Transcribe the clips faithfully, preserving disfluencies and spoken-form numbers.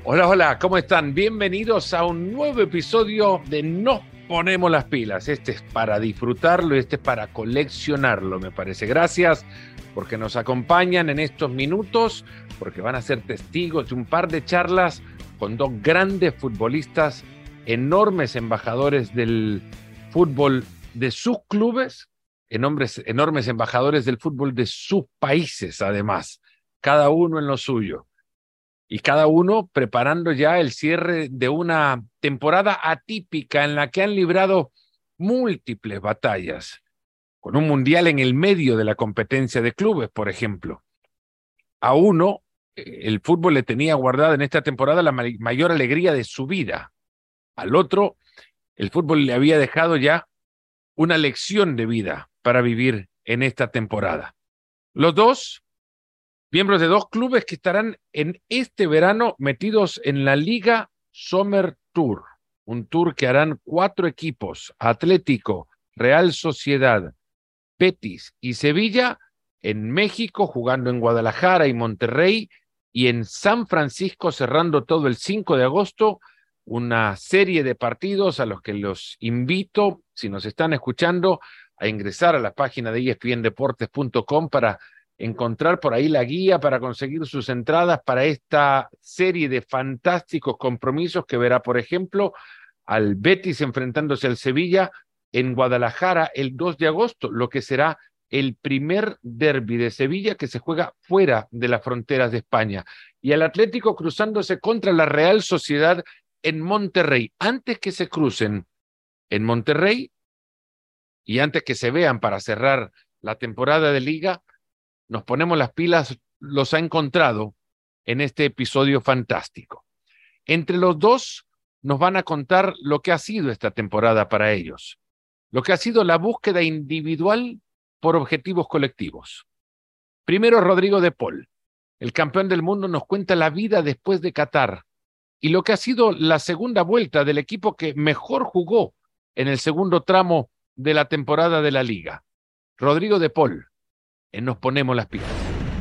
Hola, hola, ¿cómo están? Bienvenidos a un nuevo episodio de Nos Ponemos las Pilas. Este es para disfrutarlo y este es para coleccionarlo, me parece. Gracias porque nos acompañan en estos minutos, porque van a ser testigos de un par de charlas con dos grandes futbolistas, enormes embajadores del fútbol de sus clubes, enormes, enormes embajadores del fútbol de sus países, además, cada uno en lo suyo. Y cada uno preparando ya el cierre de una temporada atípica en la que han librado múltiples batallas, con un mundial en el medio de la competencia de clubes, por ejemplo. A uno, el fútbol le tenía guardada en esta temporada la mayor alegría de su vida. Al otro, el fútbol le había dejado ya una lección de vida para vivir en esta temporada. Los dos miembros de dos clubes que estarán en este verano metidos en la Liga Summer Tour, un tour que harán cuatro equipos, Atlético, Real Sociedad, Betis y Sevilla, en México, jugando en Guadalajara y Monterrey, y en San Francisco, cerrando todo el cinco de agosto, una serie de partidos a los que los invito, si nos están escuchando, a ingresar a la página de E S P N deportes punto com para encontrar por ahí la guía para conseguir sus entradas para esta serie de fantásticos compromisos que verá, por ejemplo, al Betis enfrentándose al Sevilla en Guadalajara el dos de agosto, lo que será el primer derbi de Sevilla que se juega fuera de las fronteras de España, y al Atlético cruzándose contra la Real Sociedad en Monterrey. Antes que se crucen en Monterrey y antes que se vean para cerrar la temporada de Liga, Nos Ponemos las Pilas los ha encontrado en este episodio fantástico. Entre los dos nos van a contar lo que ha sido esta temporada para ellos, lo que ha sido la búsqueda individual por objetivos colectivos. Primero, Rodrigo de Paul, el campeón del mundo, nos cuenta la vida después de Qatar y lo que ha sido la segunda vuelta del equipo que mejor jugó en el segundo tramo de la temporada de la Liga. Rodrigo de Paul, en Nos Ponemos las Pilas.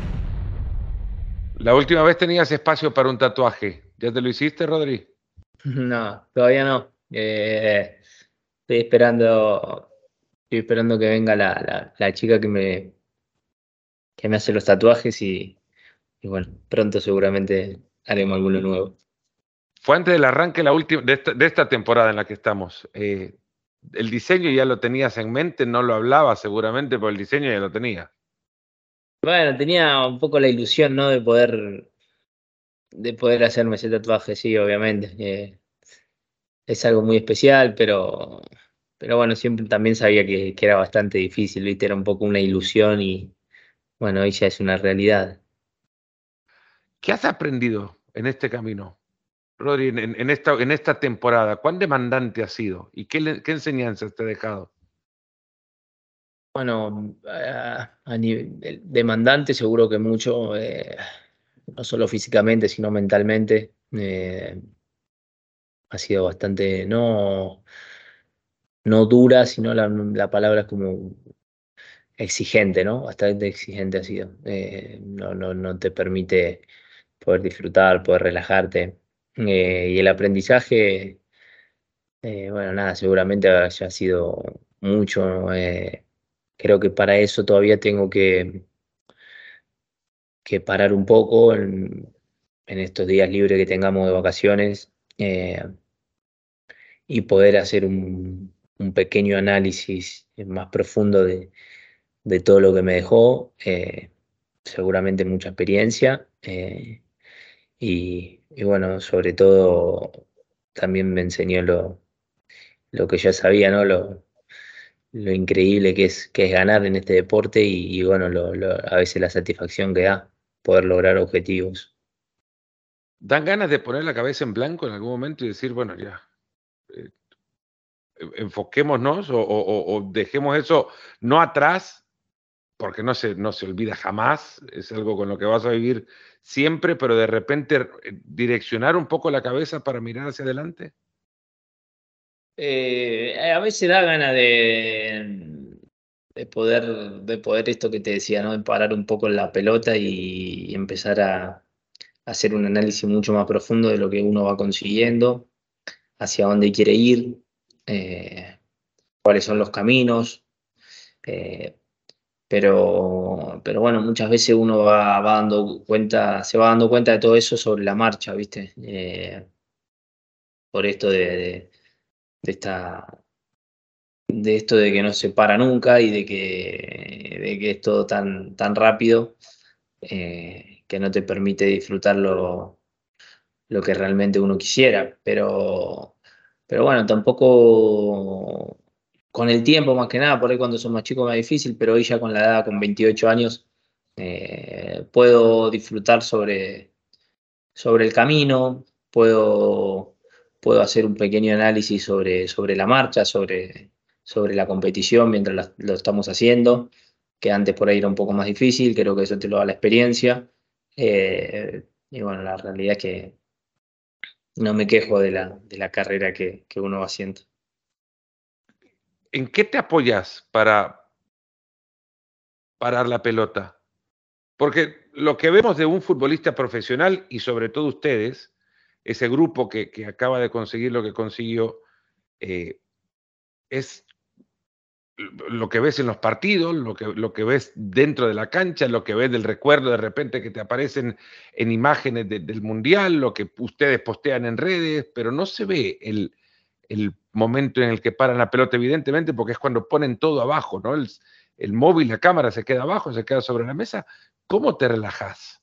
La última vez tenías espacio para un tatuaje. ¿Ya te lo hiciste, Rodri? No, todavía no. Eh, estoy esperando, estoy esperando que venga la, la, la chica que me, que me hace los tatuajes y, y bueno, pronto seguramente haremos alguno nuevo. Fue antes del arranque la última, de, esta, de esta temporada en la que estamos. Eh, el diseño ya lo tenías en mente, no lo hablabas seguramente, pero el diseño ya lo tenía. Bueno, tenía un poco la ilusión, ¿no? De poder, de poder hacerme ese tatuaje, sí, obviamente. Eh, es algo muy especial, pero, pero bueno, siempre también sabía que, que era bastante difícil, ¿viste? Era un poco una ilusión y bueno, hoy ya es una realidad. ¿Qué has aprendido en este camino, Rodri, en, en, esta, en esta temporada? ¿Cuán demandante ha sido? ¿Y qué, le, qué enseñanzas te ha dejado? Bueno, a, a nivel demandante seguro que mucho, eh, no solo físicamente, sino mentalmente. Eh, ha sido bastante, no, no dura, sino la, la palabra es como exigente, ¿no? Bastante exigente ha sido. Eh, no, no, no te permite poder disfrutar, poder relajarte. Eh, y el aprendizaje, eh, bueno, nada, seguramente haya sido mucho, ¿no? Eh, creo que para eso todavía tengo que que parar un poco en, en estos días libres que tengamos de vacaciones, eh, y poder hacer un, un pequeño análisis más profundo de, de todo lo que me dejó, eh, seguramente mucha experiencia, eh, y, y bueno, sobre todo también me enseñó lo, lo que ya sabía, ¿no? Lo, lo increíble que es, que es ganar en este deporte y, y bueno, lo, lo- a veces la satisfacción que da poder lograr objetivos. ¿Dan ganas de poner la cabeza en blanco en algún momento y decir, bueno, ya, eh, enfoquémonos o, o, o dejemos eso no atrás, porque no se, no se olvida jamás, es algo con lo que vas a vivir siempre, pero de repente eh, direccionar un poco la cabeza para mirar hacia adelante? Eh, a veces da ganas de, de poder, de poder esto que te decía, ¿no? De parar un poco la pelota y, y empezar a, hacer un análisis mucho más profundo de lo que uno va consiguiendo, hacia dónde quiere ir, eh, cuáles son los caminos. eh, pero, pero bueno, muchas veces uno va, va dando cuenta, se va dando cuenta de todo eso sobre la marcha, ¿viste? Eh, por esto de, de, de esta, de esto de que no se para nunca y de que, de que es todo tan, tan rápido, eh, que no te permite disfrutar lo, lo que realmente uno quisiera. Pero, pero bueno, tampoco con el tiempo, más que nada, por ahí cuando son más chicos más difícil, pero hoy ya con la edad, con veintiocho años, eh, puedo disfrutar sobre, sobre el camino, puedo, puedo hacer un pequeño análisis sobre, sobre la marcha, sobre, sobre la competición mientras la- lo estamos haciendo, que antes por ahí era un poco más difícil, creo que eso te lo da la experiencia. Eh, y bueno, la realidad es que no me quejo de la, de la carrera que, que uno va haciendo. ¿En qué te apoyas para parar la pelota? Porque lo que vemos de un futbolista profesional y sobre todo ustedes, ese grupo que, que acaba de conseguir lo que consiguió, eh, es lo que ves en los partidos, lo que, lo que ves dentro de la cancha, lo que ves del recuerdo de repente que te aparecen en imágenes de, del Mundial, lo que ustedes postean en redes, pero no se ve el, el momento en el que paran la pelota, evidentemente, porque es cuando ponen todo abajo, ¿no? El, el móvil, la cámara se queda abajo, se queda sobre la mesa. ¿Cómo te relajas?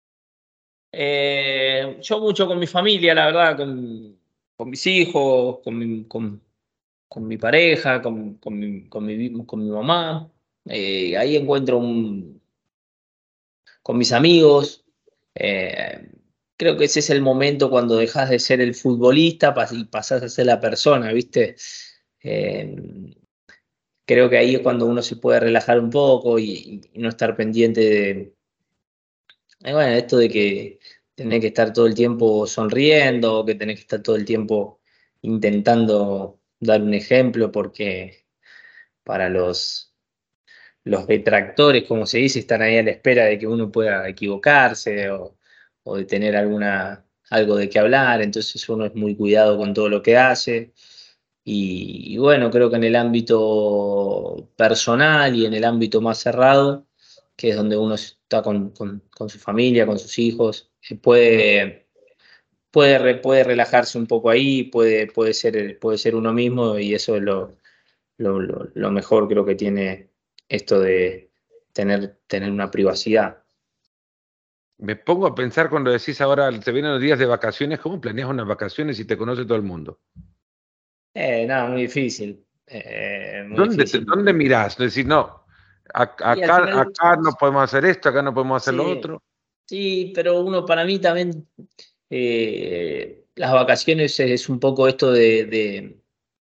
Eh, yo mucho con mi familia, la verdad, con, con mis hijos, con mi, con, con mi pareja, con, con mi, con mi, con mi mamá. Eh, ahí encuentro un, con mis amigos. Eh, Creo que ese es el momento cuando dejas de ser el futbolista pas- y pasás a ser la persona, ¿viste? Eh, Creo que ahí es cuando uno se puede relajar un poco y, y no estar pendiente de, eh, bueno, esto de que tenés que estar todo el tiempo sonriendo, que tenés que estar todo el tiempo intentando dar un ejemplo, porque para los, los detractores, como se dice, están ahí a la espera de que uno pueda equivocarse o, o de tener alguna, algo de qué hablar, entonces uno es muy cuidado con todo lo que hace. Y, y bueno, creo que en el ámbito personal y en el ámbito más cerrado, que es donde uno está con, con- con su familia, con sus hijos, eh, puede, puede, re- puede relajarse un poco ahí, puede, puede ser, puede ser uno mismo y eso es lo, lo, lo- lo mejor creo que tiene esto de tener, tener una privacidad. Me pongo a pensar cuando decís ahora, se vienen los días de vacaciones, ¿cómo planeas unas vacaciones si te conoce todo el mundo? Eh, nada, muy difícil, eh, muy ¿Dónde, te- difícil. dónde mirás? Decir, no, ac- Y al acá, final, acá no podemos hacer esto, acá no podemos hacer lo sí, otro. sí, pero uno para mí también, eh, las vacaciones es un poco esto de, de-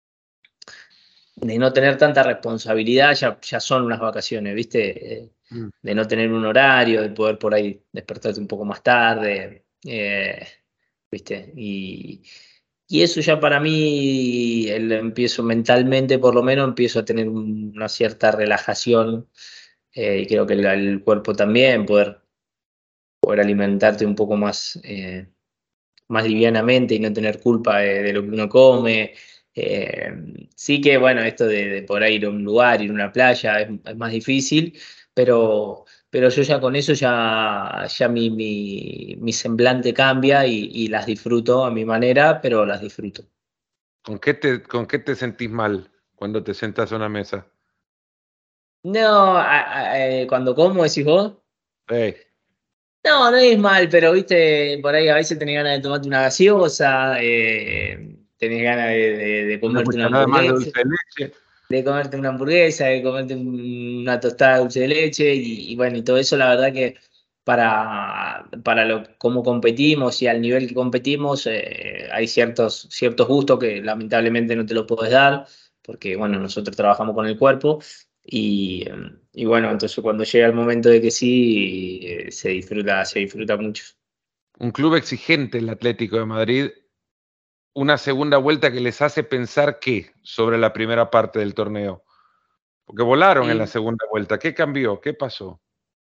de no tener tanta responsabilidad, ya, ya son unas vacaciones, ¿viste? Eh, Mm. de no tener un horario, de poder por ahí despertarte un poco más tarde, eh, ¿viste? Y, y eso ya para mí, el, empiezo mentalmente, por lo menos, empiezo a tener un- una cierta relajación, eh, y creo que el, el cuerpo también, poder, poder alimentarte un poco más. Eh, más livianamente y no tener culpa de, de lo que uno come. Eh, sí que, bueno, esto de, de por ahí ir a un lugar, ir a una playa, es, es más difícil, pero, pero yo ya con eso ya, ya mi, mi, mi semblante cambia y, y las disfruto a mi manera, pero las disfruto. ¿Con qué te, con qué te sentís mal cuando te sentás a una mesa? No, a- a- eh, cuando como, decís vos. Ey, No, no es mal, pero viste, por ahí a veces tenés ganas de tomarte una gaseosa, eh, tenés ganas de, de de una comerte una cucharada más de hamburguesa. dulce de leche. De comerte una hamburguesa, de comerte una tostada de dulce de leche y, y bueno, y todo eso, la verdad que para, para lo, cómo competimos y al nivel que competimos, eh, hay ciertos, ciertos gustos que lamentablemente no te lo puedes dar, porque bueno, nosotros trabajamos con el cuerpo y, eh, y bueno, entonces cuando llega el momento de que sí, eh, se disfruta, se disfruta mucho. Un club exigente, el Atlético de Madrid, una segunda vuelta que les hace pensar qué sobre la primera parte del torneo. Porque volaron en la Y segunda vuelta. ¿Qué cambió? ¿Qué pasó?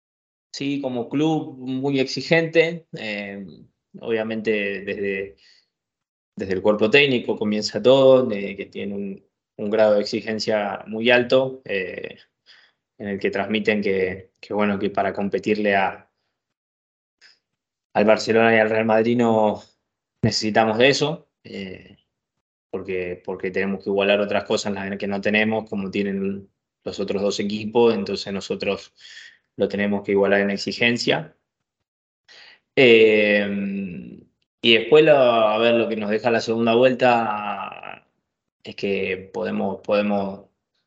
Sí, como club muy exigente, eh, obviamente desde, desde el cuerpo técnico comienza todo, de que tiene un, un grado de exigencia muy alto, eh, en el que transmiten que, que, bueno, que para competirle a, al Barcelona y al Real Madrid no necesitamos de eso, eh, porque, porque tenemos que igualar otras cosas las que no tenemos, como tienen los otros dos equipos, entonces nosotros lo tenemos que igualar en exigencia. Eh, y después, lo- a ver, lo que nos deja la segunda vuelta es que podemos, podemos,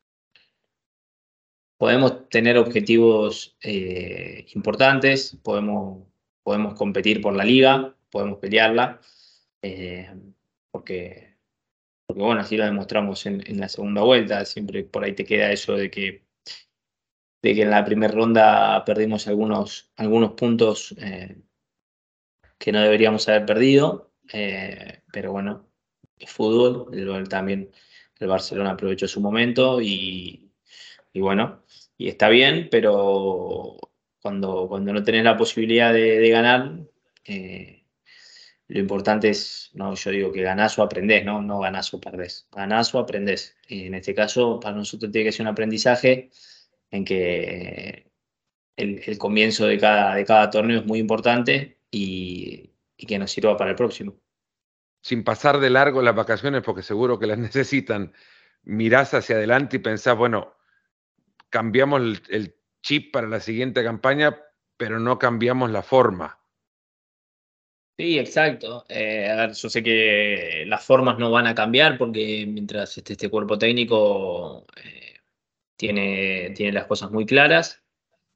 podemos tener objetivos eh, importantes, podemos, podemos competir por la liga, podemos pelearla, eh, porque, porque, bueno, así lo demostramos en, en la segunda vuelta. Siempre por ahí te queda eso de que, de que en la primera ronda perdimos algunos, algunos puntos. Eh, que no deberíamos haber perdido, eh, pero bueno, es fútbol, el, también el Barcelona aprovechó su momento y, y bueno, y está bien, pero cuando, cuando no tenés la posibilidad de, de ganar, eh, lo importante es, no, yo digo que ganás o aprendés, ¿no? No ganás o perdés, ganás o aprendés. Y en este caso, para nosotros tiene que ser un aprendizaje en que el, el comienzo de cada, de cada torneo es muy importante y, y que nos sirva para el próximo. Sin pasar de largo las vacaciones, porque seguro que las necesitan, mirás hacia adelante y pensás, bueno, cambiamos el, el chip para la siguiente campaña, pero no cambiamos la forma. Sí, exacto. Eh, a ver, yo sé que las formas no van a cambiar porque mientras esté este cuerpo técnico eh, tiene, tiene las cosas muy claras.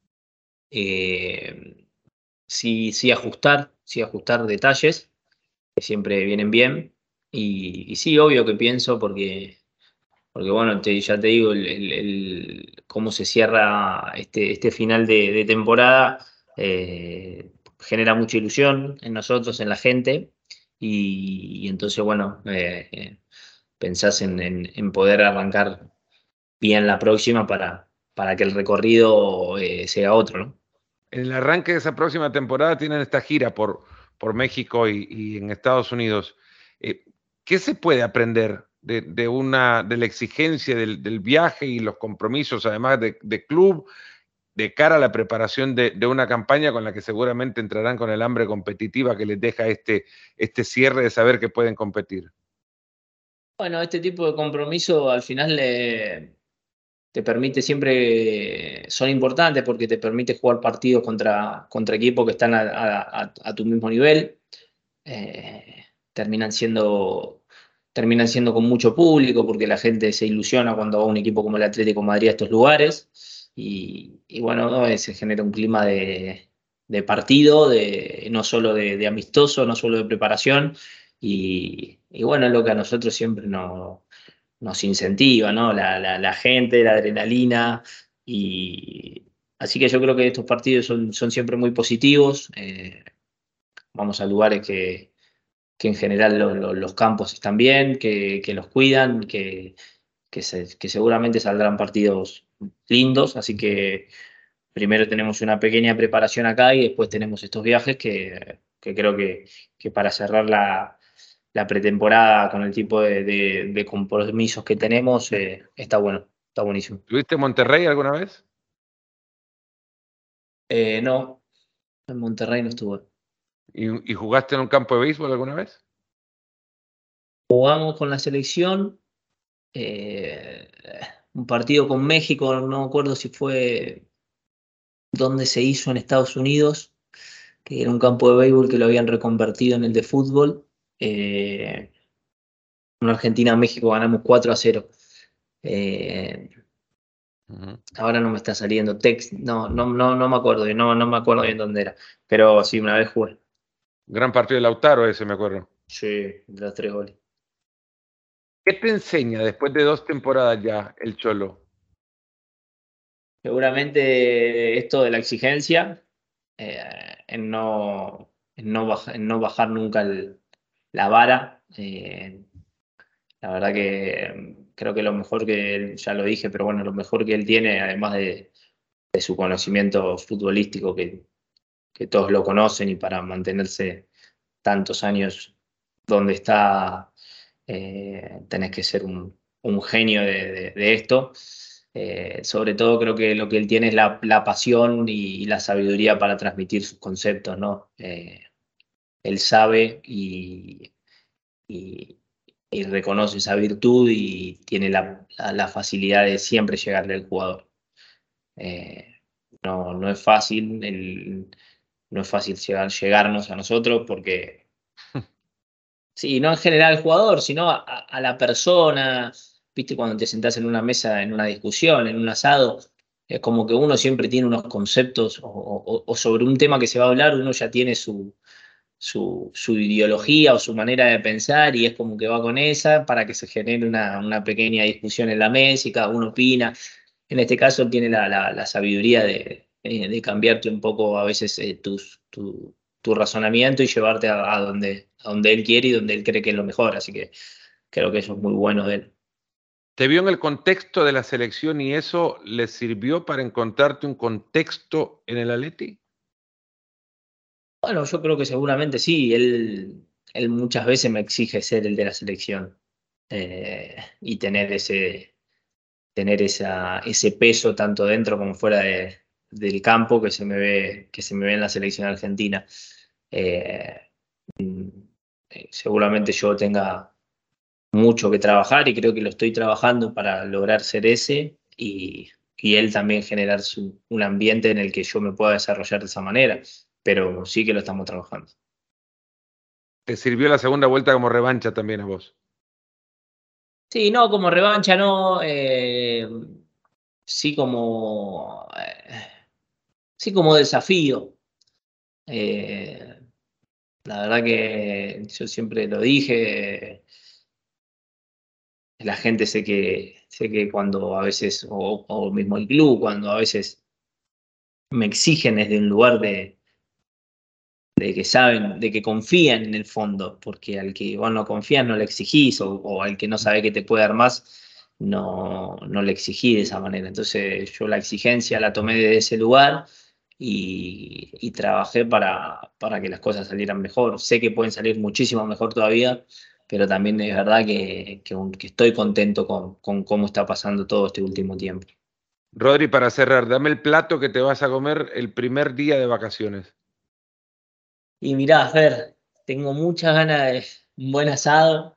Eh, sí, sí ajustar, sí ajustar detalles que siempre vienen bien. Y, y sí, obvio que pienso porque Porque bueno, te- ya te digo, el, el- el- cómo se cierra este, este final de, de temporada eh, genera mucha ilusión en nosotros, en la gente, y, y entonces, bueno, eh, eh, pensás en, en- en poder arrancar bien la próxima para, para que el recorrido eh, sea otro, ¿no? En el arranque de esa próxima temporada tienen esta gira por, por México y, y en Estados Unidos. Eh, ¿Qué se puede aprender de, de una, de la exigencia del, del viaje y los compromisos, además de, de club, de cara a la preparación de, de, una campaña con la que seguramente entrarán con el hambre competitiva que les deja este, este cierre de saber que pueden competir? Bueno, este tipo de compromiso al final eh, te permite siempre, son importantes porque te permite jugar partidos contra, contra equipos que están a, a- a- a tu mismo nivel. Eh, terminan siendo, terminan siendo con mucho público porque la gente se ilusiona cuando va un equipo como el Atlético de Madrid a estos lugares. Y, y bueno, ¿no? Eh, se genera un clima de, de partido, de, no solo de, de amistoso, no solo de preparación. Y, y bueno, es lo que a nosotros siempre nos nos incentiva, ¿no? La, la, la gente, la adrenalina. Y así que yo creo que estos partidos son, son siempre muy positivos. Eh, vamos a lugares que, que en general lo- lo- los campos están bien, que, que los cuidan, que, que, se- que seguramente saldrán partidos lindos. Así que primero tenemos una pequeña preparación acá y después tenemos estos viajes que, que creo que, que para cerrar la, la pretemporada con el tipo de, de- de compromisos que tenemos, eh, está bueno, está buenísimo. ¿Tuviste Monterrey alguna vez? Eh, no, en Monterrey no estuve. ¿Y, y jugaste en un campo de béisbol alguna vez? Jugamos con la selección, eh, un partido con México, no me acuerdo si fue donde se hizo en Estados Unidos, que era un campo de béisbol que lo habían reconvertido en el de fútbol. Eh, en Argentina-México ganamos cuatro a cero. Eh, Ujú. ahora no me está saliendo text, no, no, no, no me acuerdo, no, no me acuerdo bien dónde era, pero sí, una vez jugué. Gran partido de Lautaro ese, me acuerdo. Sí, de los tres goles. ¿Qué te enseña después de dos temporadas ya el Cholo? Seguramente esto de la exigencia, eh, en no, en no, baj- en no bajar nunca el- la vara. eh, la verdad que mm, creo que lo mejor que él, ya lo dije, pero bueno, lo mejor que él tiene, además de, de su conocimiento futbolístico, que, que todos lo conocen, y para mantenerse tantos años donde está, eh, tenés que ser un, un genio de, de- de esto. Eh, sobre todo creo que lo que él tiene es la, la pasión y, y la sabiduría para transmitir sus conceptos, ¿no? Eh, él sabe y, y- y reconoce esa virtud, y tiene la, la- la facilidad de siempre llegarle al jugador. Eh, no, no es fácil, el- no es fácil llegar, llegarnos a nosotros porque, sí, no en general al jugador, sino a, a la persona. Viste, cuando te sentás en una mesa, en una discusión, en un asado, es como que uno siempre tiene unos conceptos, o, o- o sobre un tema que se va a hablar, uno ya tiene su, su, su ideología o su manera de pensar, y es como que va con esa para que se genere una, una pequeña discusión en la mesa y cada uno opina. En este caso él tiene la, la- la sabiduría de, eh, de cambiarte un poco a veces, eh, tus- tu, tu razonamiento, y llevarte a, a donde, a donde él quiere y donde él cree que es lo mejor. Así que creo que eso es muy bueno de él. ¿Te vio en el contexto de la selección y eso le sirvió para encontrarte un contexto en el Atleti? Bueno, yo creo que seguramente sí. Él, él muchas veces me exige ser el de la selección, eh, y tener ese tener esa, ese peso tanto dentro como fuera de- del campo, que se me ve, que se me ve en la selección argentina. Eh, eh, Seguramente yo tenga mucho que trabajar, y creo que lo estoy trabajando para lograr ser ese, y, y él también generar su, un ambiente en el que yo me pueda desarrollar de esa manera, pero sí que lo estamos trabajando. ¿Te sirvió la segunda vuelta como revancha también a vos? Sí, no, como revancha no, eh, sí como, eh, sí como desafío. Eh, La verdad que yo siempre lo dije, la gente sé que, sé que cuando a veces, o, o mismo el club, cuando a veces me exigen desde un lugar de, de que saben, de que confían en el fondo, porque al que vos no confías no le exigís, o, o al que no sabe que te puede dar más, no, no le exigí de esa manera. Entonces yo la exigencia la tomé de ese lugar, y, y trabajé para, para que las cosas salieran mejor. Sé que pueden salir muchísimo mejor todavía, pero también es verdad que, que, un- que estoy contento con, con cómo está pasando todo este último tiempo. Rodri, para cerrar, dame el plato que te vas a comer el primer día de vacaciones. Y mirá, Fer, tengo muchas ganas de un buen asado,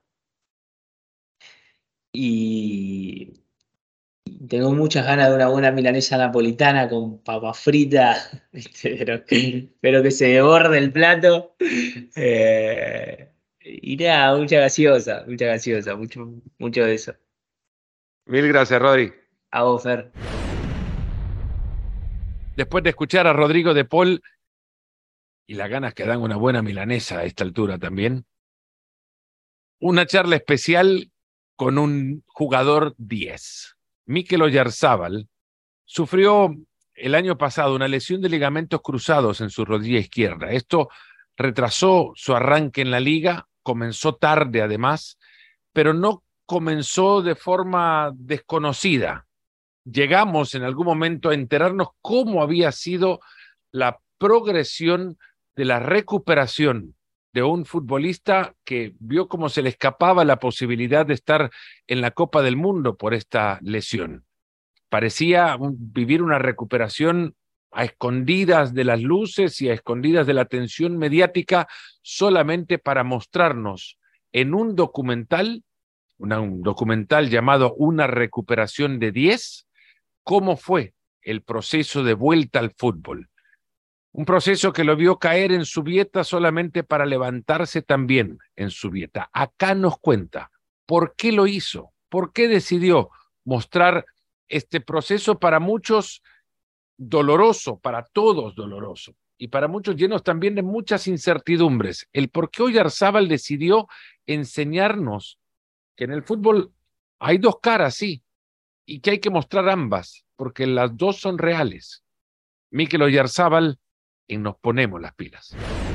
y tengo muchas ganas de una buena milanesa napolitana con papa frita, ¿viste? Pero, pero que se me borde el plato. Eh, y nada, mucha gaseosa, mucha gaseosa, mucho, mucho de eso. Mil gracias, Rodri. A vos, Fer. Después de escuchar a Rodrigo de Paul y las ganas que dan una buena milanesa a esta altura también, una charla especial con un jugador diez. Mikel Oyarzábal sufrió el año pasado una lesión de ligamentos cruzados en su rodilla izquierda. Esto retrasó su arranque en la liga, comenzó tarde además, pero no comenzó de forma desconocida. Llegamos en algún momento a enterarnos cómo había sido la progresión de la recuperación de un futbolista que vio cómo se le escapaba la posibilidad de estar en la Copa del Mundo por esta lesión. Parecía vivir una recuperación a escondidas de las luces y a escondidas de la atención mediática, solamente para mostrarnos en un documental, una, un documental llamado Una recuperación de diez, cómo fue el proceso de vuelta al fútbol. Un proceso que lo vio caer en Zubieta solamente para levantarse también en Zubieta. Acá nos cuenta por qué lo hizo, por qué decidió mostrar este proceso, para muchos doloroso, para todos doloroso, y para muchos llenos también de muchas incertidumbres. El por qué Oyarzábal decidió enseñarnos que en el fútbol hay dos caras, sí, y que hay que mostrar ambas, porque las dos son reales. Mikel Oyarzábal en Nos Ponemos las Pilas.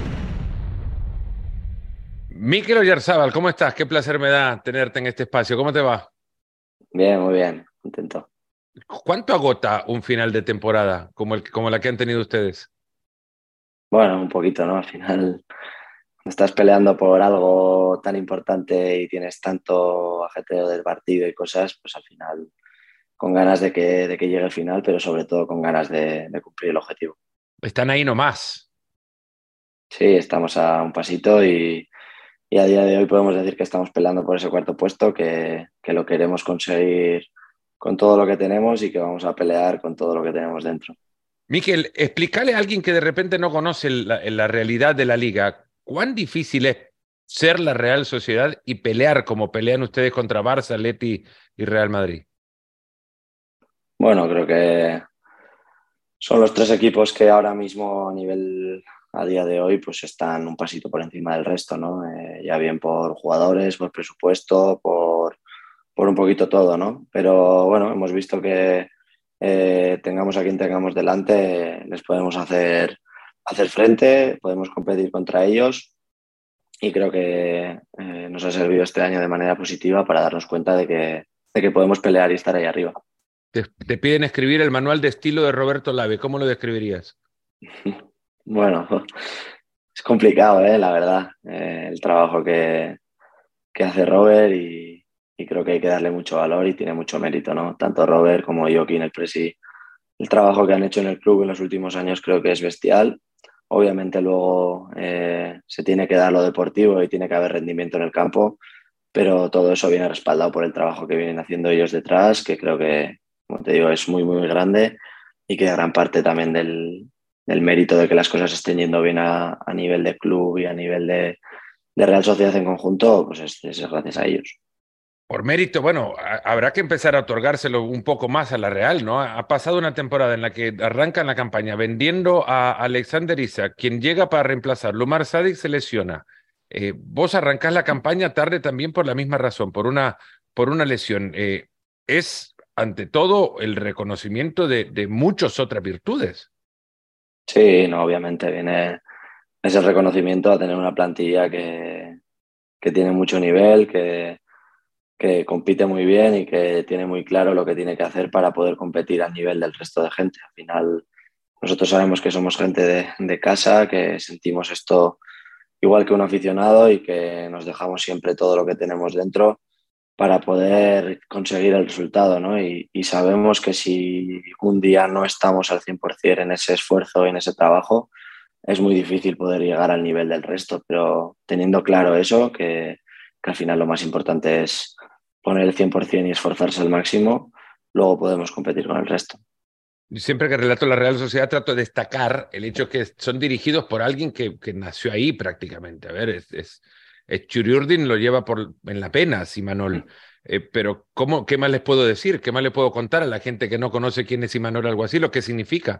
Mikel Oyarzábal, ¿cómo estás? Qué placer me da tenerte en este espacio. ¿Cómo te va? Bien, muy bien, contento. ¿Cuánto agota un final de temporada como, el, como la que han tenido ustedes? Bueno, un poquito, ¿no? Al final estás peleando por algo tan importante y tienes tanto ajetreo del partido y cosas, pues al final con ganas de que, de que llegue el final, pero sobre todo con ganas de, de cumplir el objetivo. Están ahí nomás. Sí, estamos a un pasito y, y a día de hoy podemos decir que estamos peleando por ese cuarto puesto, que, que lo queremos conseguir con todo lo que tenemos y que vamos a pelear con todo lo que tenemos dentro. Miquel, explícale a alguien que de repente no conoce la, la realidad de la liga, ¿cuán difícil es ser la Real Sociedad y pelear como pelean ustedes contra Barça, Leti y Real Madrid? Bueno, creo que son los tres equipos que ahora mismo a nivel, a día de hoy, pues están un pasito por encima del resto, ¿no? Eh, ya bien por jugadores, por presupuesto, por, por un poquito todo, ¿no? Pero bueno, hemos visto que eh, tengamos a quien tengamos delante, les podemos hacer, hacer frente, podemos competir contra ellos y creo que eh, nos ha servido este año de manera positiva para darnos cuenta de que, de que podemos pelear y estar ahí arriba. Te, te piden escribir el manual de estilo de Roberto Lave, ¿cómo lo describirías? Bueno, es complicado, ¿eh? La verdad, eh, el trabajo que, que hace Robert y, y creo que hay que darle mucho valor y tiene mucho mérito, ¿no? Tanto Robert como Joaquín, el presi, el trabajo que han hecho en el club en los últimos años creo que es bestial. Obviamente luego eh, se tiene que dar lo deportivo y tiene que haber rendimiento en el campo, pero todo eso viene respaldado por el trabajo que vienen haciendo ellos detrás, que creo que, como te digo, es muy, muy grande y que gran parte también del, del mérito de que las cosas estén yendo bien a, a nivel de club y a nivel de, de Real Sociedad en conjunto, pues es, es gracias a ellos. Por mérito, bueno, a, habrá que empezar a otorgárselo un poco más a la Real, ¿no? Ha, ha pasado una temporada en la que arrancan la campaña vendiendo a Alexander Isak, quien llega para reemplazar. Lumar Sadik se lesiona. Eh, vos arrancás la campaña tarde también por la misma razón, por una, por una lesión. Eh, es, ante todo, el reconocimiento de, de muchas otras virtudes. Sí, no, obviamente viene ese reconocimiento a tener una plantilla que, que tiene mucho nivel, que, que compite muy bien y que tiene muy claro lo que tiene que hacer para poder competir al nivel del resto de gente. Al final, nosotros sabemos que somos gente de, de casa, que sentimos esto igual que un aficionado y que nos dejamos siempre todo lo que tenemos dentro para poder conseguir el resultado, ¿no? Y, y sabemos que si un día no estamos al cien por ciento en ese esfuerzo, en ese trabajo, es muy difícil poder llegar al nivel del resto, pero teniendo claro eso, que, que al final lo más importante es poner el cien por ciento y esforzarse al máximo, luego podemos competir con el resto. Siempre que relato la Real Sociedad trato de destacar el hecho que son dirigidos por alguien que, que nació ahí prácticamente. A ver, es, es, es Churiurdin lo lleva por, en la pena, Simanol. Eh, pero ¿cómo, ¿qué más les puedo decir? ¿Qué más les puedo contar a la gente que no conoce quién es Imanol Alguacil o qué significa?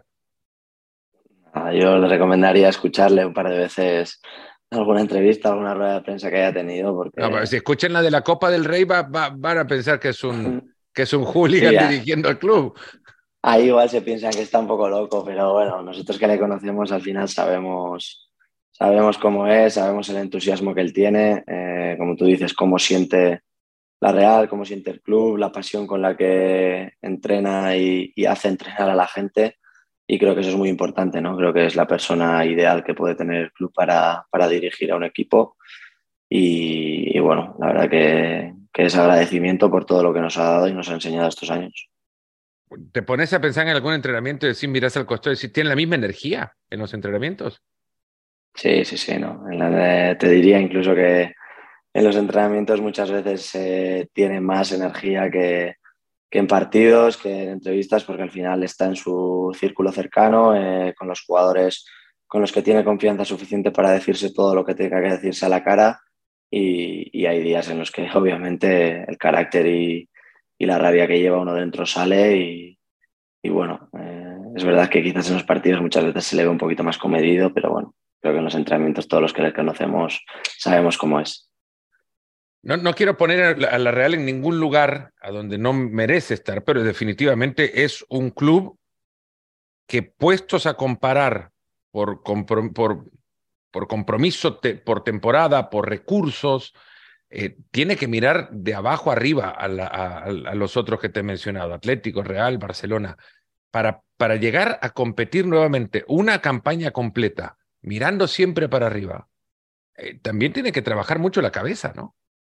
Ah, yo le recomendaría escucharle un par de veces alguna entrevista, alguna rueda de prensa que haya tenido, No, porque si escuchan la de la Copa del Rey va, va, van a pensar que es un, que es un sí, hooligan dirigiendo al club. ahí igual se piensan que está un poco loco, pero bueno, nosotros que le conocemos al final sabemos, sabemos cómo es, sabemos el entusiasmo que él tiene, eh, como tú dices, cómo siente la Real, cómo siente el club, la pasión con la que entrena y, y hace entrenar a la gente. Y creo que eso es muy importante, ¿no? Creo que es la persona ideal que puede tener el club para, para dirigir a un equipo. Y, y bueno, la verdad que, que es agradecimiento por todo lo que nos ha dado y nos ha enseñado estos años. ¿Te pones a pensar en algún entrenamiento y decir, miras al costado y decir, ¿tienen la misma energía en los entrenamientos? Sí, sí, sí, no. En la- te diría incluso que en los entrenamientos muchas veces eh, tiene más energía que, que en partidos, que en entrevistas, porque al final está en su círculo cercano, eh, con los jugadores con los que tiene confianza suficiente para decirse todo lo que tenga que decirse a la cara y, y hay días en los que obviamente el carácter y, y la rabia que lleva uno dentro sale y, y bueno, eh, es verdad que quizás en los partidos muchas veces se le ve un poquito más comedido, pero bueno, creo que en los entrenamientos todos los que le conocemos sabemos cómo es. No, no quiero poner a la, a la Real en ningún lugar a donde no merece estar, pero definitivamente es un club que puestos a comparar por, comprom por, por compromiso, te, por temporada, por recursos, eh, tiene que mirar de abajo arriba a, la, a, a los otros que te he mencionado, Atlético, Real, Barcelona, para, para llegar a competir nuevamente una campaña completa, mirando siempre para arriba. Eh, también tiene que trabajar mucho la cabeza, ¿no?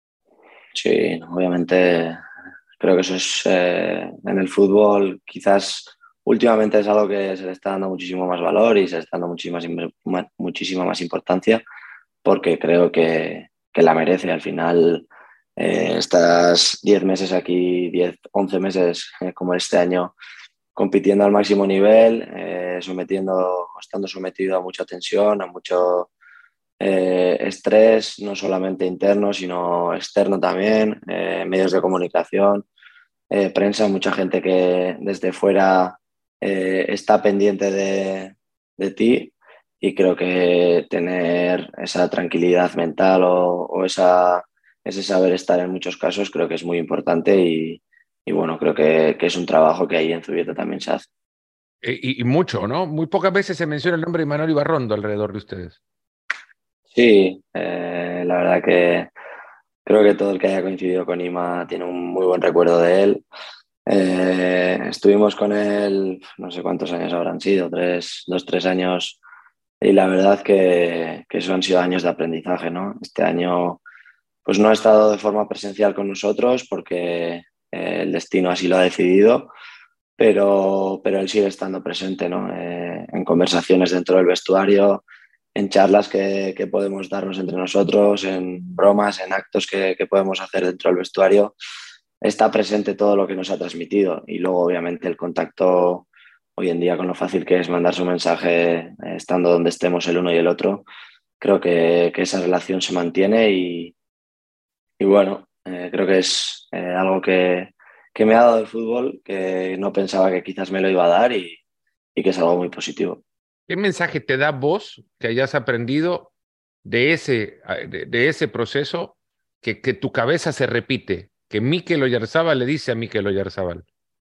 Sí, obviamente creo que eso es eh, en el fútbol quizás últimamente es algo que se le está dando muchísimo más valor y se le está dando muchísima, muchísima más importancia porque creo que, que la merece. Al final eh, estás diez meses aquí, diez, once meses eh, como este año compitiendo al máximo nivel, eh, sometiendo, estando sometido a mucha tensión, a mucho eh, estrés, no solamente interno, sino externo también, eh, medios de comunicación, eh, prensa, mucha gente que desde fuera eh, está pendiente de, de ti y creo que tener esa tranquilidad mental o, o esa, ese saber estar en muchos casos creo que es muy importante y, y bueno, creo que, que es un trabajo que ahí en Zubieta también se hace. Y, y mucho, ¿no? Muy pocas veces se menciona el nombre de Manuel Ibarrondo alrededor de ustedes. Sí, eh, la verdad que creo que todo el que haya coincidido con Ima tiene un muy buen recuerdo de él. Eh, estuvimos con él, no sé cuántos años habrán sido, tres, dos, tres años, y la verdad que, que eso han sido años de aprendizaje, ¿no? Este año pues no ha estado de forma presencial con nosotros porque eh, el destino así lo ha decidido, pero, pero él sigue estando presente, ¿no? Eh, en conversaciones dentro del vestuario, en charlas que, que podemos darnos entre nosotros, en bromas, en actos que, que podemos hacer dentro del vestuario. Está presente todo lo que nos ha transmitido y luego obviamente el contacto hoy en día con lo fácil que es mandar su mensaje eh, estando donde estemos el uno y el otro, creo que, que esa relación se mantiene y, y bueno, eh, creo que es eh, algo que, que me ha dado el fútbol, que no pensaba que quizás me lo iba a dar y, y que es algo muy positivo. ¿Qué mensaje te da vos que hayas aprendido de ese, de, de ese proceso que, que tu cabeza se repite? Que Mikel Oyarzábal le dice a Mikel Oyarzábal.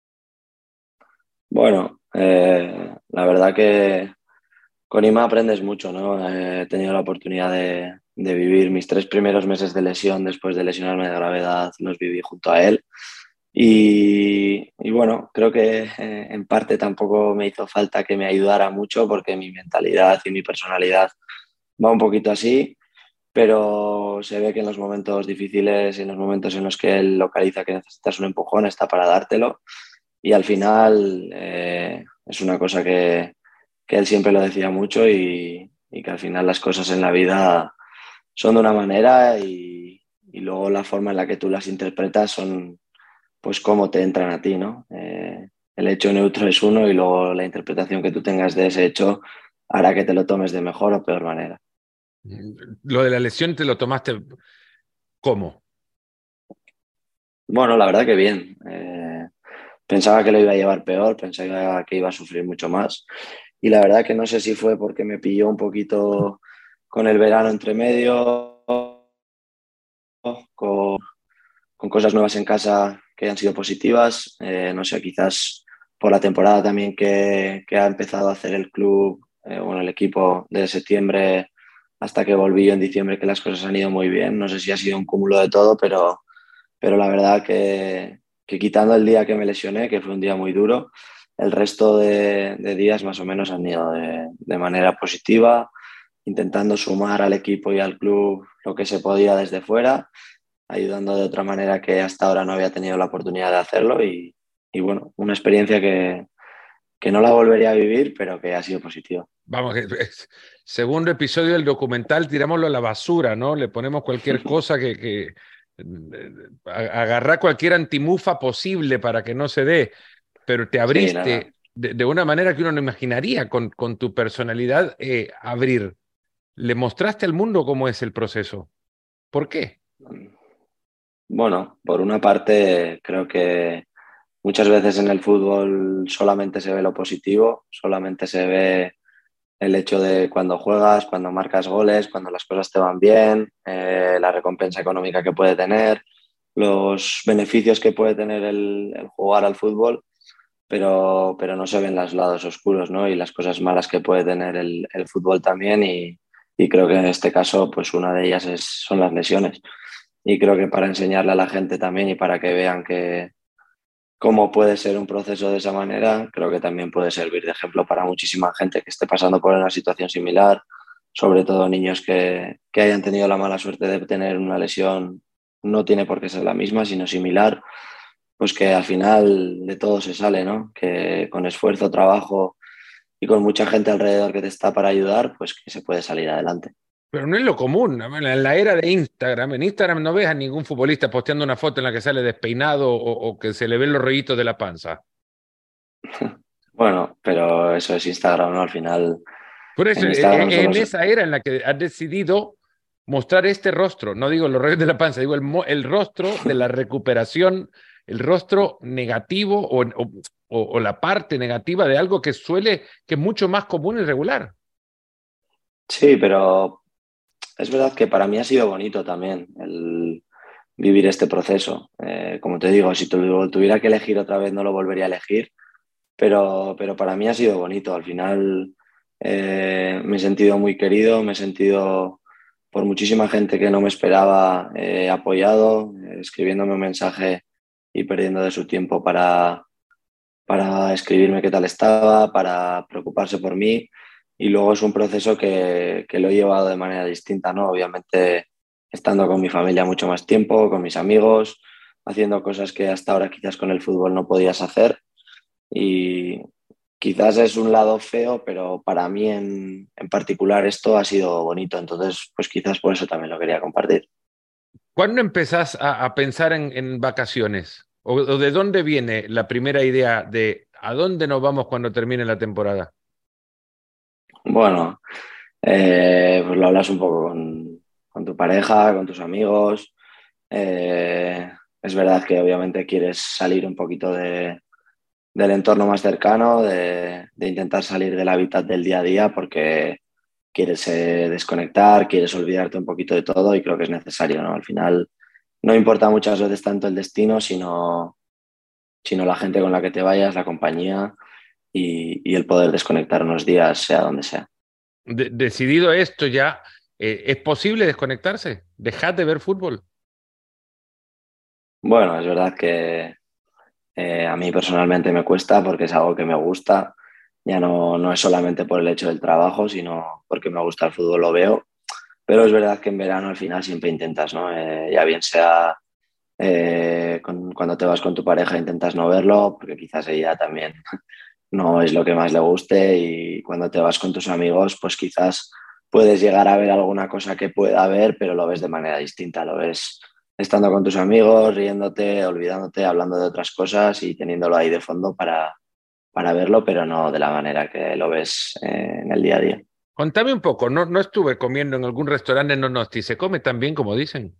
Bueno, eh, la verdad que con Ima aprendes mucho, ¿no? He tenido la oportunidad de, de vivir mis tres primeros meses de lesión después de lesionarme de gravedad, los viví junto a él. Y, y bueno, creo que eh, en parte tampoco me hizo falta que me ayudara mucho porque mi mentalidad y mi personalidad va un poquito así, pero se ve que en los momentos difíciles y en los momentos en los que él localiza que necesitas un empujón está para dártelo y al final eh, es una cosa que, que él siempre lo decía mucho y, y que al final las cosas en la vida son de una manera y, y luego la forma en la que tú las interpretas son pues cómo te entran a ti, ¿no? Eh, el hecho neutro es uno y luego la interpretación que tú tengas de ese hecho hará que te lo tomes de mejor o peor manera. Lo de la lesión te lo tomaste ¿cómo? Bueno, la verdad que bien. Eh, pensaba que lo iba a llevar peor, pensaba que iba a sufrir mucho más y la verdad que no sé si fue porque me pilló un poquito con el verano entre medio, con, con cosas nuevas en casa que han sido positivas, eh, no sé, quizás por la temporada también que, que ha empezado a hacer el club, eh, bueno, el equipo de septiembre hasta que volví yo en diciembre, que las cosas han ido muy bien, no sé si ha sido un cúmulo de todo, pero, pero la verdad que, que quitando el día que me lesioné, que fue un día muy duro, el resto de, de días más o menos han ido de, de manera positiva, intentando sumar al equipo y al club lo que se podía desde fuera, ayudando de otra manera que hasta ahora no había tenido la oportunidad de hacerlo y, y bueno, una experiencia que, que no la volvería a vivir, pero que ha sido positiva. Vamos, es, segundo episodio del documental, tirámoslo a la basura, ¿no? Le ponemos cualquier cosa que, que agarrar cualquier antimufa posible para que no se dé, pero te Sí, nada. abriste de, de una manera que uno no imaginaría con, con tu personalidad eh, abrir. Le mostraste al mundo cómo es el proceso. ¿Por qué? Bueno, por una parte creo que muchas veces en el fútbol solamente se ve lo positivo, solamente se ve el hecho de cuando juegas, cuando marcas goles, cuando las cosas te van bien, eh, la recompensa económica que puede tener, los beneficios que puede tener el, el jugar al fútbol, pero, pero no se ven los lados oscuros, ¿no? Y las cosas malas que puede tener el, el fútbol también y, y creo que en este caso pues una de ellas es, son las lesiones. y creo que para enseñarle a la gente también y para que vean que cómo puede ser un proceso de esa manera, creo que también puede servir de ejemplo para muchísima gente que esté pasando por una situación similar, sobre todo niños que, que hayan tenido la mala suerte de tener una lesión, no tiene por qué ser la misma, sino similar, pues que al final de todo se sale, ¿no? Que con esfuerzo, trabajo y con mucha gente alrededor que te está para ayudar, pues que se puede salir adelante. Pero no es lo común. En la era de Instagram, en Instagram no ves a ningún futbolista posteando una foto en la que sale despeinado o, o que se le ven los rollitos de la panza. Bueno, pero eso es Instagram, ¿no? Al final, Por eso, en Instagram en solo se... esa era en la que has decidido mostrar este rostro, no digo los rollos de la panza, digo el, el rostro de la recuperación, el rostro negativo o, o, o la parte negativa de algo que suele, que es mucho más común y regular. Sí, pero es verdad que para mí ha sido bonito también el vivir este proceso. Eh, como te digo, si tu, tuviera que elegir otra vez no lo volvería a elegir, pero, pero para mí ha sido bonito. Al final eh, me he sentido muy querido, me he sentido por muchísima gente que no me esperaba eh, apoyado, eh, escribiéndome un mensaje y perdiendo de su tiempo para, para escribirme qué tal estaba, para preocuparse por mí. Y luego es un proceso que, que lo he llevado de manera distinta, ¿no? Obviamente estando con mi familia mucho más tiempo, con mis amigos, haciendo cosas que hasta ahora quizás con el fútbol no podías hacer. Y quizás es un lado feo, pero para mí en, en particular esto ha sido bonito. Entonces, pues quizás por eso también lo quería compartir. ¿Cuándo empezás a, a pensar en, en vacaciones? ¿O, ¿O de dónde viene la primera idea de a dónde nos vamos cuando termine la temporada? Bueno, eh, pues lo hablas un poco con, con tu pareja, con tus amigos. Eh, es verdad que obviamente quieres salir un poquito de, del entorno más cercano, de, de intentar salir del hábitat del día a día porque quieres eh, desconectar, quieres olvidarte un poquito de todo y creo que es necesario, ¿no? Al final no importa muchas veces tanto el destino, sino, sino la gente con la que te vayas, la compañía y, y el poder desconectar unos días, sea donde sea. De, decidido esto ya, eh, ¿es posible desconectarse? ¿Dejar de ver fútbol? Bueno, es verdad que eh, a mí personalmente me cuesta porque es algo que me gusta. Ya no, no es solamente por el hecho del trabajo, sino porque me gusta el fútbol, lo veo. Pero es verdad que en verano al final siempre intentas, ¿no? Eh, ya bien sea eh, con, cuando te vas con tu pareja intentas no verlo, porque quizás ella también no es lo que más le guste y cuando te vas con tus amigos, pues quizás puedes llegar a ver alguna cosa que pueda haber, pero lo ves de manera distinta, lo ves estando con tus amigos, riéndote, olvidándote, hablando de otras cosas y teniéndolo ahí de fondo para, para verlo, pero no de la manera que lo ves eh, en el día a día. Contame un poco, no, no estuve comiendo en algún restaurante en Donosti, ¿se come tan bien como dicen?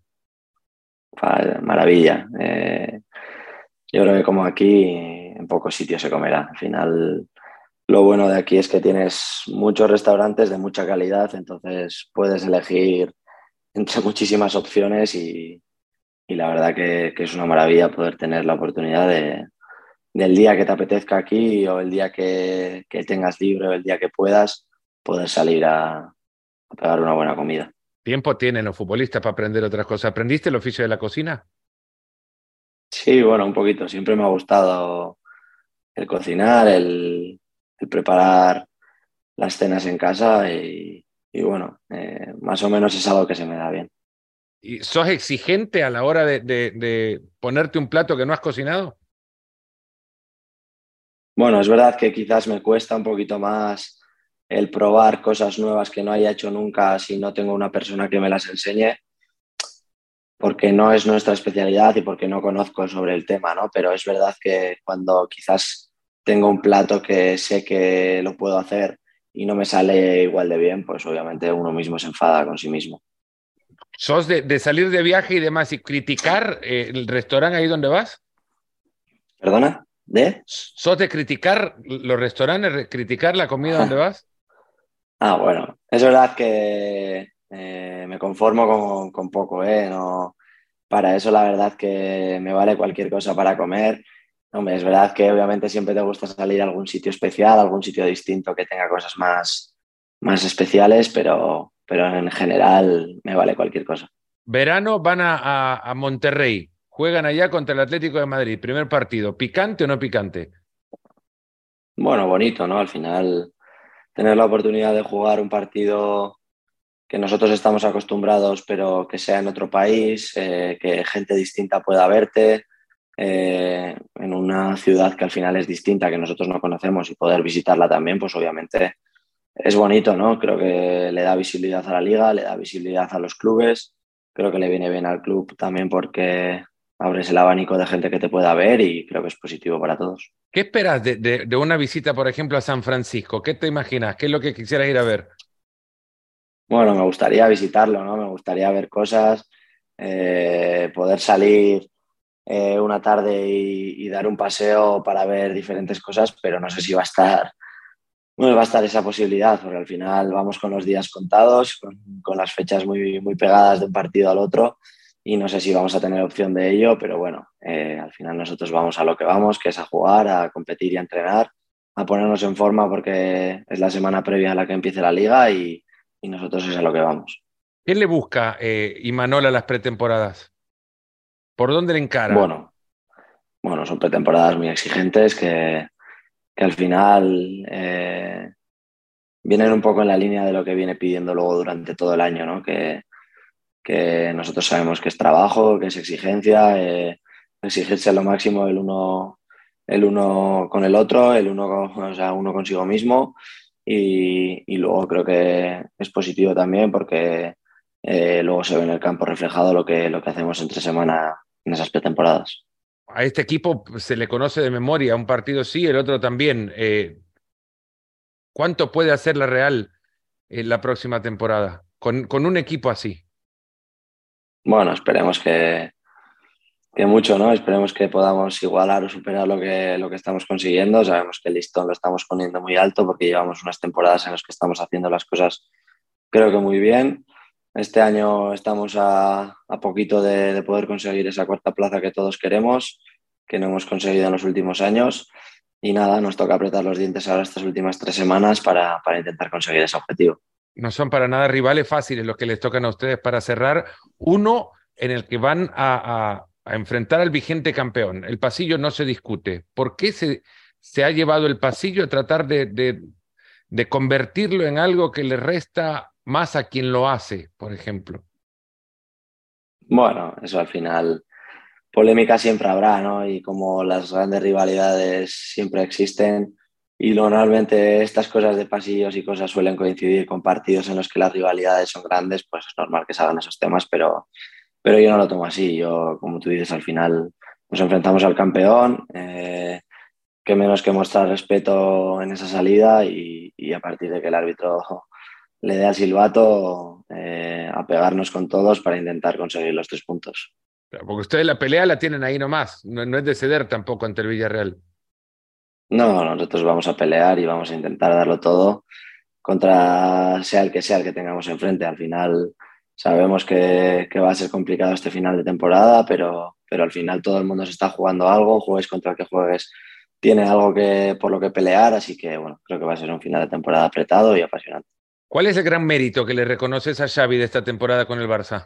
Maravilla. Eh, yo creo que como aquí en pocos sitios se comerá. Al final, lo bueno de aquí es que tienes muchos restaurantes de mucha calidad, entonces puedes elegir entre muchísimas opciones y, y la verdad que, que es una maravilla poder tener la oportunidad de, del día que te apetezca aquí o el día que, que tengas libre o el día que puedas, poder salir a, a pegar una buena comida. Tiempo tienen los futbolistas para aprender otras cosas. ¿Aprendiste el oficio de la cocina? Sí, bueno, un poquito. Siempre me ha gustado el cocinar, el, el preparar las cenas en casa y, y bueno, eh, más o menos es algo que se me da bien. ¿Y sos exigente a la hora de, de, de ponerte un plato que no has cocinado? Bueno, es verdad que quizás me cuesta un poquito más el probar cosas nuevas que no haya hecho nunca si no tengo una persona que me las enseñe, porque no es nuestra especialidad y porque no conozco sobre el tema, ¿no? Pero es verdad que cuando quizás tengo un plato que sé que lo puedo hacer y no me sale igual de bien, pues obviamente uno mismo se enfada con sí mismo. ¿Sos de, de salir de viaje y demás y criticar eh, el restaurante ahí donde vas? ¿Perdona? ¿De? ¿Sos de criticar los restaurantes, criticar la comida donde vas? Ah, bueno, es verdad que eh, me conformo con, con poco, ¿eh? No, para eso la verdad que me vale cualquier cosa para comer. Hombre, es verdad que obviamente siempre te gusta salir a algún sitio especial, algún sitio distinto que tenga cosas más, más especiales, pero, pero en general me vale cualquier cosa. Verano van a, a, a Monterrey, juegan allá contra el Atlético de Madrid, primer partido, ¿picante o no picante? Bueno, bonito, ¿no? Al final, tener la oportunidad de jugar un partido que nosotros estamos acostumbrados, pero que sea en otro país, eh, que gente distinta pueda verte, eh, en una ciudad que al final es distinta, que nosotros no conocemos, y poder visitarla también, pues obviamente es bonito, ¿no? Creo que le da visibilidad a la liga, le da visibilidad a los clubes, creo que le viene bien al club también porque abres el abanico de gente que te pueda ver y creo que es positivo para todos. ¿Qué esperas de, de, de una visita, por ejemplo, a San Francisco? ¿Qué te imaginas? ¿Qué es lo que quisieras ir a ver? Bueno, me gustaría visitarlo, ¿no? Me gustaría ver cosas, eh, poder salir eh, una tarde y, y dar un paseo para ver diferentes cosas, pero no sé si va a estar, no va a estar esa posibilidad, porque al final vamos con los días contados, con, con las fechas muy, muy pegadas de un partido al otro, y no sé si vamos a tener opción de ello, pero bueno, eh, al final nosotros vamos a lo que vamos, que es a jugar, a competir y a entrenar, a ponernos en forma porque es la semana previa a la que empiece la liga y, y nosotros es a lo que vamos. ¿Qué le busca eh, Imanol a las pretemporadas? ¿Por dónde le encara? Bueno, bueno, son pretemporadas muy exigentes que, que al final eh, vienen un poco en la línea de lo que viene pidiendo luego durante todo el año, ¿no? Que, que nosotros sabemos que es trabajo, que es exigencia, eh, exigirse lo máximo el uno, el uno con el otro, el uno, con, o sea, uno consigo mismo y, y luego creo que es positivo también porque eh, luego se ve en el campo reflejado lo que, lo que hacemos entre semana en esas pretemporadas. A este equipo se le conoce de memoria, un partido sí, el otro también. Eh, ¿cuánto puede hacer la Real en la próxima temporada con, con un equipo así? Bueno, esperemos que, que mucho, ¿no? Esperemos que podamos igualar o superar lo que, lo que estamos consiguiendo. Sabemos que el listón lo estamos poniendo muy alto porque llevamos unas temporadas en las que estamos haciendo las cosas, creo que muy bien. Este año estamos a, a poquito de, de poder conseguir esa cuarta plaza que todos queremos, que no hemos conseguido en los últimos años. Y nada, nos toca apretar los dientes ahora estas últimas tres semanas para, para intentar conseguir ese objetivo. No son para nada rivales fáciles los que les tocan a ustedes para cerrar. Uno en el que van a, a, a enfrentar al vigente campeón. El pasillo no se discute. ¿Por qué se, se ha llevado el pasillo a tratar de, de, de convertirlo en algo que le resta más a quien lo hace, por ejemplo? Bueno, eso al final, polémica siempre habrá, ¿no? Y como las grandes rivalidades siempre existen, y normalmente estas cosas de pasillos y cosas suelen coincidir con partidos en los que las rivalidades son grandes, pues es normal que se hagan esos temas, pero, pero yo no lo tomo así. Yo, como tú dices, al final nos enfrentamos al campeón, eh, qué menos que mostrar respeto en esa salida y, y a partir de que el árbitro le dé al silbato, eh, a pegarnos con todos para intentar conseguir los tres puntos. Porque ustedes la pelea la tienen ahí nomás, no, no es de ceder tampoco ante el Villarreal. No, nosotros vamos a pelear y vamos a intentar darlo todo contra sea el que sea el que tengamos enfrente. Al final sabemos que, que va a ser complicado este final de temporada, pero, pero al final todo el mundo se está jugando algo, juegues contra el que juegues, tiene algo que, por lo que pelear, así que bueno, creo que va a ser un final de temporada apretado y apasionante. ¿Cuál es el gran mérito que le reconoces a Xavi de esta temporada con el Barça?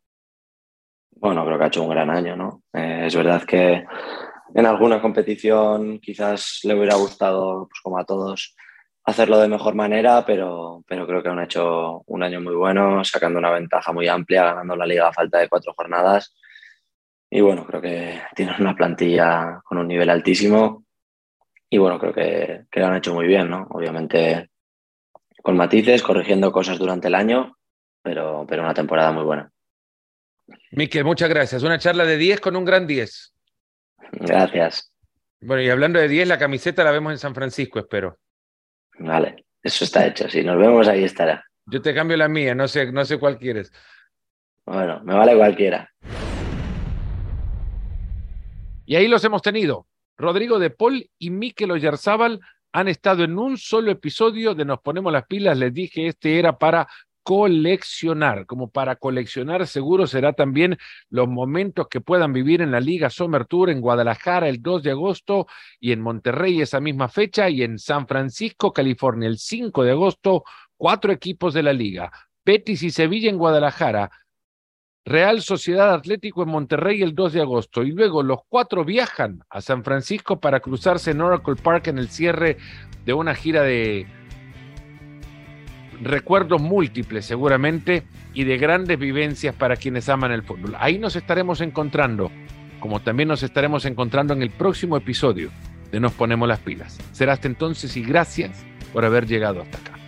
Bueno, creo que ha hecho un gran año, ¿no? Eh, es verdad que en alguna competición quizás le hubiera gustado, pues como a todos, hacerlo de mejor manera, pero, pero creo que han hecho un año muy bueno, sacando una ventaja muy amplia, ganando la liga a falta de cuatro jornadas. Y bueno, creo que tienen una plantilla con un nivel altísimo y bueno, creo que, que lo han hecho muy bien, ¿no? Obviamente con matices, corrigiendo cosas durante el año, pero, pero una temporada muy buena. Miquel, muchas gracias. Una charla de diez con un gran diez. Gracias. Bueno, y hablando de diez, la camiseta la vemos en San Francisco, espero. Vale, eso está hecho. Si nos vemos, ahí estará. Yo te cambio la mía, no sé, no sé cuál quieres. Bueno, me vale cualquiera. Y ahí los hemos tenido. Rodrigo de Paul y Mikel Oyarzábal han estado en un solo episodio de Nos Ponemos las Pilas. Les dije, este era para coleccionar. Como para coleccionar, seguro será también los momentos que puedan vivir en la Liga Summer Tour en Guadalajara el dos de agosto y en Monterrey esa misma fecha y en San Francisco, California, el cinco de agosto, cuatro equipos de la Liga. Betis y Sevilla en Guadalajara, Real Sociedad Atlético en Monterrey el dos de agosto, y luego los cuatro viajan a San Francisco para cruzarse en Oracle Park en el cierre de una gira de recuerdos múltiples seguramente y de grandes vivencias para quienes aman el fútbol. Ahí nos estaremos encontrando, como también nos estaremos encontrando en el próximo episodio de Nos Ponemos las Pilas. Será hasta entonces y gracias por haber llegado hasta acá.